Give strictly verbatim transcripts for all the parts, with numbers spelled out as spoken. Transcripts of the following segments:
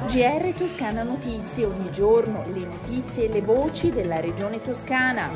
G R Toscana Notizie, ogni giorno le notizie e le voci della regione toscana.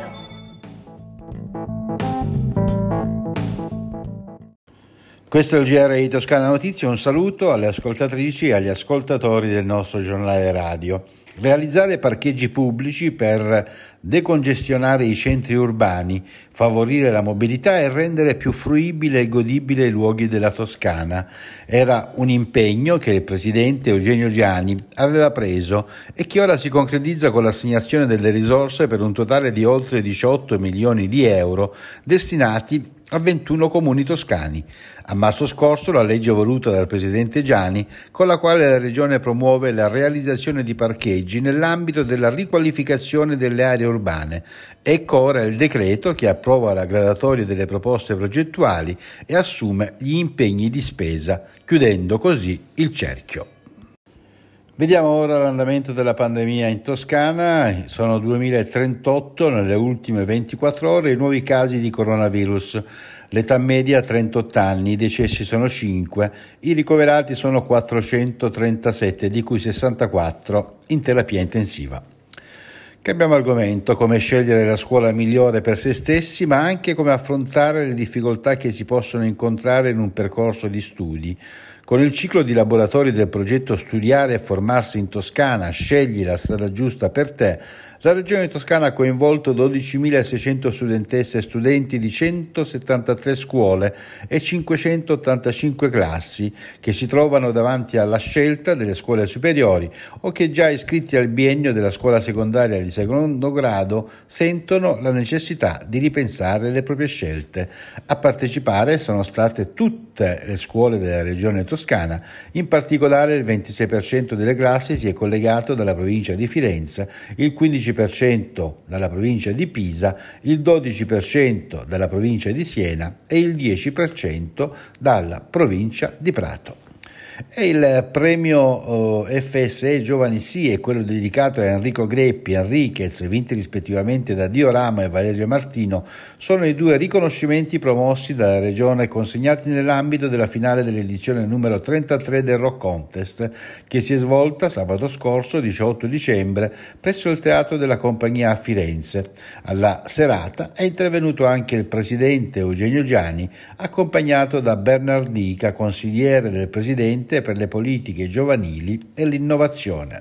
Questo è il G R di Toscana Notizie, un saluto alle ascoltatrici e agli ascoltatori del nostro giornale radio. Realizzare parcheggi pubblici per decongestionare i centri urbani, favorire la mobilità e rendere più fruibile e godibile i luoghi della Toscana. Era un impegno che il presidente Eugenio Giani aveva preso e che ora si concretizza con l'assegnazione delle risorse per un totale di oltre diciotto milioni di euro destinati a ventuno comuni toscani. A marzo scorso la legge voluta dal presidente Giani, con la quale la regione promuove la realizzazione di parcheggi nell'ambito della riqualificazione delle aree urbane. Ecco ora il decreto che approva la graduatoria delle proposte progettuali e assume gli impegni di spesa, chiudendo così il cerchio. Vediamo ora l'andamento della pandemia in Toscana. Sono duemilatrentotto nelle ultime ventiquattro ore i nuovi casi di coronavirus. L'età media trentotto anni, i decessi sono cinque, i ricoverati sono quattrocentotrentasette, di cui sessantaquattro in terapia intensiva. Cambiamo argomento: come scegliere la scuola migliore per se stessi, ma anche come affrontare le difficoltà che si possono incontrare in un percorso di studi. Con il ciclo di laboratori del progetto Studiare e formarsi in Toscana, scegli la strada giusta per te, la Regione Toscana ha coinvolto dodicimilaseicento studentesse e studenti di centosettantatré scuole e cinquecentottantacinque classi che si trovano davanti alla scelta delle scuole superiori o che già iscritti al biennio della scuola secondaria di secondo grado sentono la necessità di ripensare le proprie scelte. A partecipare sono state tutte le scuole della Regione Toscana, in particolare il ventisei per cento delle classi si è collegato dalla provincia di Firenze, il quindici per cento dalla provincia di Pisa, il dodici per cento dalla provincia di Siena e il dieci per cento dalla provincia di Prato. E il premio uh, F S E Giovani Sì e quello dedicato a Enrico Greppi e Enriquez, vinti rispettivamente da Dio Rama e Valerio Martino, sono i due riconoscimenti promossi dalla Regione e consegnati nell'ambito della finale dell'edizione numero trentatré del Rock Contest, che si è svolta sabato scorso, diciotto dicembre, presso il Teatro della Compagnia a Firenze. Alla serata è intervenuto anche il presidente Eugenio Giani, accompagnato da Bernardica, consigliere del presidente per le politiche giovanili e l'innovazione.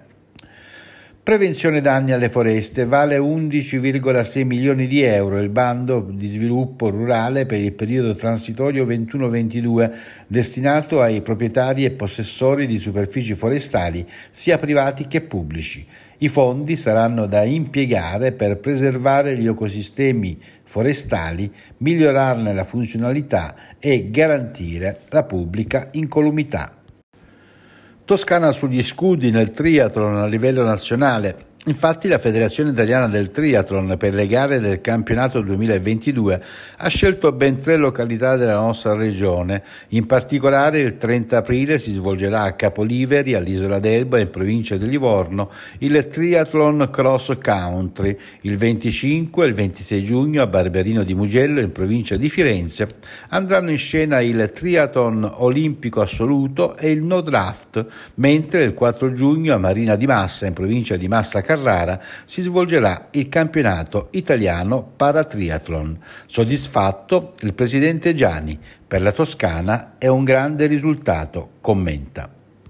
Prevenzione danni alle foreste, vale undici virgola sei milioni di euro il bando di sviluppo rurale per il periodo transitorio ventuno ventidue, destinato ai proprietari e possessori di superfici forestali, sia privati che pubblici. I fondi saranno da impiegare per preservare gli ecosistemi forestali, migliorarne la funzionalità e garantire la pubblica incolumità. Toscana sugli scudi nel triathlon a livello nazionale. Infatti la Federazione Italiana del Triathlon per le gare del campionato duemilaventidue ha scelto ben tre località della nostra regione. In particolare il trenta aprile si svolgerà a Capoliveri, all'Isola d'Elba, in provincia di Livorno, il Triathlon Cross Country. Il venticinque e il ventisei giugno a Barberino di Mugello, in provincia di Firenze, andranno in scena il Triathlon Olimpico Assoluto e il No Draft, mentre il quattro giugno a Marina di Massa, in provincia di Massa Carrara, si svolgerà il campionato italiano paratriathlon. Soddisfatto il presidente Giani: per la Toscana è un grande risultato, commenta.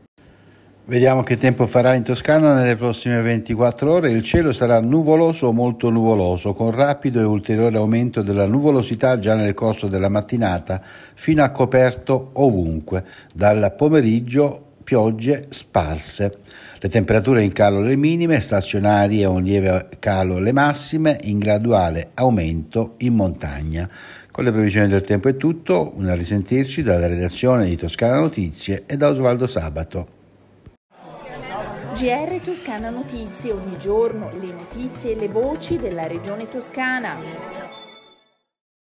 Vediamo che tempo farà in Toscana nelle prossime ventiquattro ore. Il cielo sarà nuvoloso o molto nuvoloso, con rapido e ulteriore aumento della nuvolosità già nel corso della mattinata, fino a coperto ovunque. Dal pomeriggio piogge sparse. Le temperature in calo le minime, stazionarie a un lieve calo le massime, in graduale aumento in montagna. Con le previsioni del tempo è tutto, un a risentirci dalla redazione di Toscana Notizie e da Osvaldo Sabato. G R Toscana Notizie, ogni giorno le notizie e le voci della regione toscana.